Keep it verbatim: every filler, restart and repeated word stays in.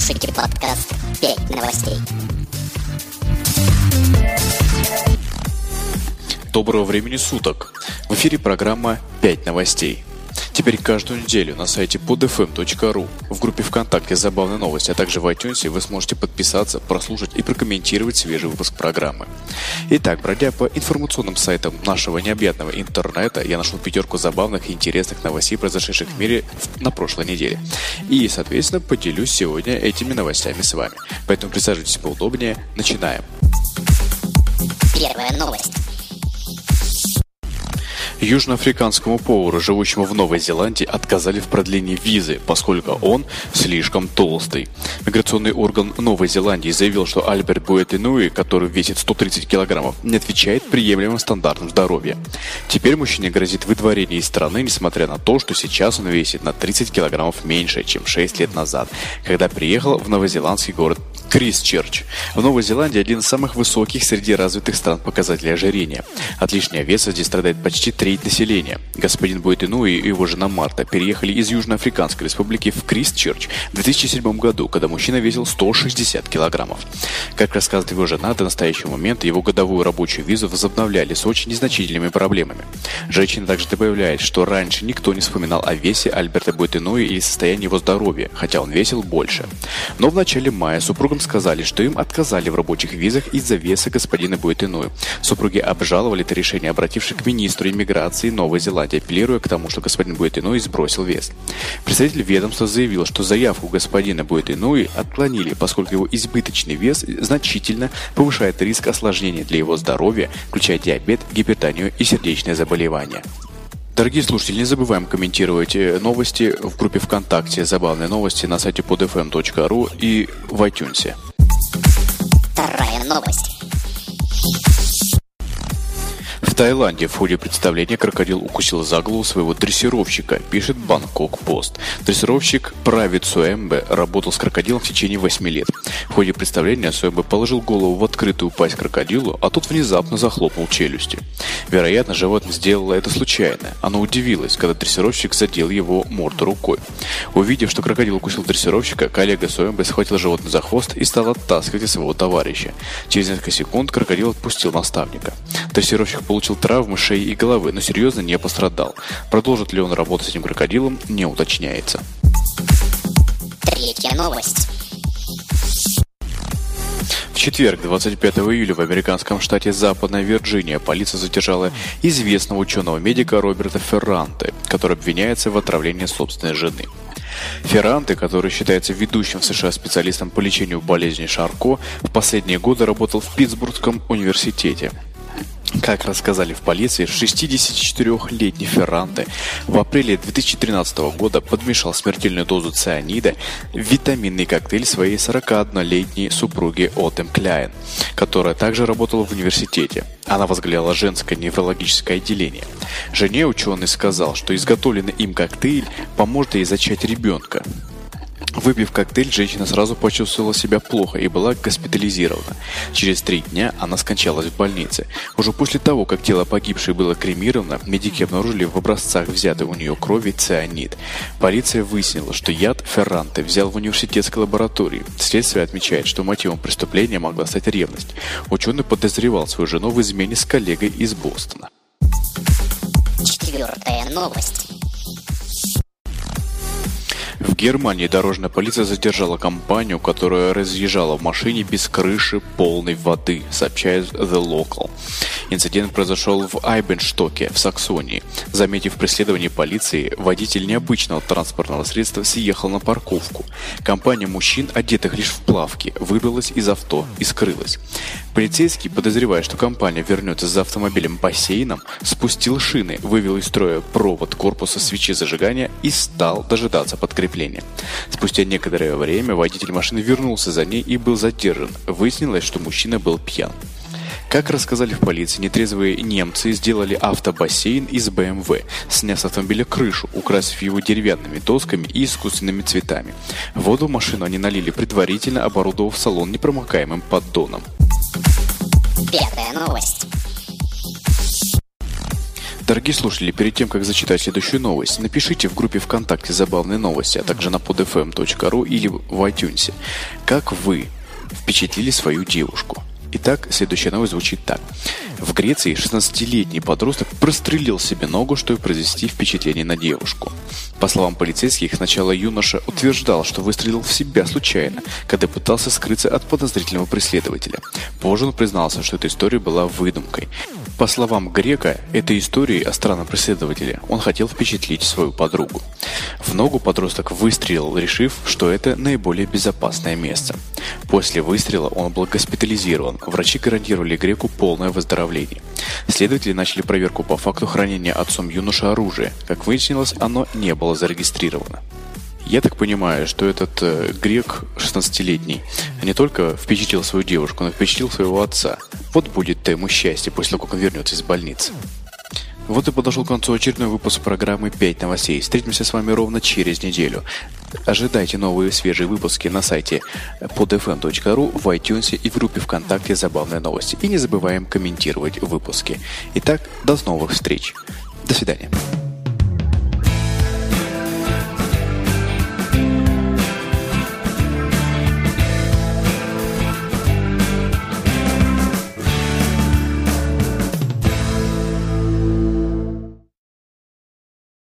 слушаете подкаст «пять новостей». Доброго времени суток! В эфире программа «пять новостей». Теперь каждую неделю на сайте под эф эм точка ру, в группе ВКонтакте «Забавные новости», а также в iTunes вы сможете подписаться, прослушать и прокомментировать свежий выпуск программы. Итак, бродя по информационным сайтам нашего необъятного интернета, я нашел пятерку забавных и интересных новостей, произошедших в мире на прошлой неделе. И, соответственно, поделюсь сегодня этими новостями с вами. Поэтому присаживайтесь поудобнее. Начинаем. Первая новость. Южноафриканскому повару, живущему в Новой Зеландии, отказали в продлении визы, поскольку он слишком толстый. Миграционный орган Новой Зеландии заявил, что Альберт Буэтенуи, который весит сто тридцать килограммов, не отвечает приемлемым стандартам здоровья. Теперь мужчине грозит выдворение из страны, несмотря на то, что сейчас он весит на тридцать килограммов меньше, чем шесть лет назад, когда приехал в новозеландский город Кристчерч. В Новой Зеландии один из самых высоких среди развитых стран показателей ожирения. От лишнего веса здесь страдает почти треть населения. Господин Буэтенуи и его жена Марта переехали из Южноафриканской республики в Кристчерч в две тысячи седьмом году, когда мужчина весил сто шестьдесят килограммов. Как рассказывает его жена, до настоящего момента его годовую рабочую визу возобновляли с очень незначительными проблемами. Женщина также добавляет, что раньше никто не вспоминал о весе Альберта Буэтенуи или состоянии его здоровья, хотя он весил больше. Но в начале мая супругам сказали, что им отказали в рабочих визах из-за веса господина Буэтенуи. Супруги обжаловали это решение, обратившись к министру иммиграции Новой Зеландии, апеллируя к тому, что господин Буэтенуи сбросил вес. Представитель ведомства заявил, что заявку господина Буэтенуи отклонили, поскольку его избыточный вес значительно повышает риск осложнений для его здоровья, включая диабет, гипертонию и сердечные заболевания. Дорогие слушатели, не забываем комментировать новости в группе ВКонтакте «Забавные новости» на сайте под эф эм точка ру и в iTunes. Вторая новость. В Таиланде в ходе представления крокодил укусил за голову своего дрессировщика, пишет Бангкок Пост. Дрессировщик Правит Суэмбе работал с крокодилом в течение восьми лет. В ходе представления Суэмбе положил голову в открытую пасть крокодилу, а тот внезапно захлопнул челюсти. Вероятно, животное сделало это случайно. Оно удивилось, когда дрессировщик задел его морду рукой. Увидев, что крокодил укусил дрессировщика, коллега Суэмбе схватил животное за хвост и стал оттаскивать своего товарища. Через несколько секунд крокодил отпустил наставника. Дрессировщик получил травмы шеи и головы, но серьезно не пострадал. Продолжит ли он работать с этим крокодилом, не уточняется. Третья новость. В четверг, двадцать пятого июля, в американском штате Западная Вирджиния полиция задержала известного ученого-медика Роберта Ферранте, который обвиняется в отравлении собственной жены. Ферранте, который считается ведущим в США специалистом по лечению болезни Шарко, в последние годы работал в Питтсбургском университете. Как рассказали в полиции, шестидесятичетырёхлетний Ферранте в апреле две тысячи тринадцатого года подмешал смертельную дозу цианида в витаминный коктейль своей сорокаоднолетней супруги Отем Кляйн, которая также работала в университете. Она возглавляла женское неврологическое отделение. Жене ученый сказал, что изготовленный им коктейль поможет ей зачать ребенка. Выпив коктейль, женщина сразу почувствовала себя плохо и была госпитализирована. Через три дня она скончалась в больнице. Уже после того, как тело погибшей было кремировано, медики обнаружили в образцах взятой у нее крови цианид. Полиция выяснила, что яд Ферранте взял в университетской лаборатории. Следствие отмечает, что мотивом преступления могла стать ревность. Ученый подозревал свою жену в измене с коллегой из Бостона. Четвертая новость. В Германии дорожная полиция задержала компанию, которая разъезжала в машине без крыши, полной воды, сообщает The Local. Инцидент произошел в Айбенштоке, в Саксонии. Заметив преследование полиции, водитель необычного транспортного средства съехал на парковку. Компания мужчин, одетых лишь в плавки, выбралась из авто и скрылась. Полицейский, подозревая, что компания вернется за автомобилем-бассейном, спустил шины, вывел из строя провод корпуса свечи зажигания и стал дожидаться подкрепления. Спустя некоторое время водитель машины вернулся за ней и был задержан. Выяснилось, что мужчина был пьян. Как рассказали в полиции, нетрезвые немцы сделали автобассейн из бэ эм вэ, сняв с автомобиля крышу, украсив его деревянными досками и искусственными цветами. Воду в машину они налили, предварительно оборудовав салон непромокаемым поддоном. Пятая новость. Дорогие слушатели, перед тем, как зачитать следующую новость, напишите в группе ВКонтакте «Забавные новости», а также на под эф эм точка ру или в iTunes, как вы впечатлили свою девушку. Итак, следующая новость звучит так. В Греции шестнадцатилетний подросток прострелил себе ногу, чтобы произвести впечатление на девушку. По словам полицейских, сначала юноша утверждал, что выстрелил в себя случайно, когда пытался скрыться от подозрительного преследователя. Позже он признался, что эта история была выдумкой. По словам Грека, этой историей о странном преследователе он хотел впечатлить свою подругу. В ногу подросток выстрелил, решив, что это наиболее безопасное место. После выстрела он был госпитализирован. Врачи гарантировали Греку полное выздоровление. Следователи начали проверку по факту хранения отцом юноши оружия. Как выяснилось, оно не было зарегистрировано. Я так понимаю, что этот э, грек шестнадцатилетний не только впечатлил свою девушку, но и впечатлил своего отца. Вот будет-то ему счастье после того, как он вернется из больницы. Вот и подошел к концу очередной выпуск программы «пять новостей». Встретимся с вами ровно через неделю. Ожидайте новые свежие выпуски на сайте под эф эм точка ру, в iTunes и в группе ВКонтакте «Забавные новости». И не забываем комментировать выпуски. Итак, до новых встреч. До свидания.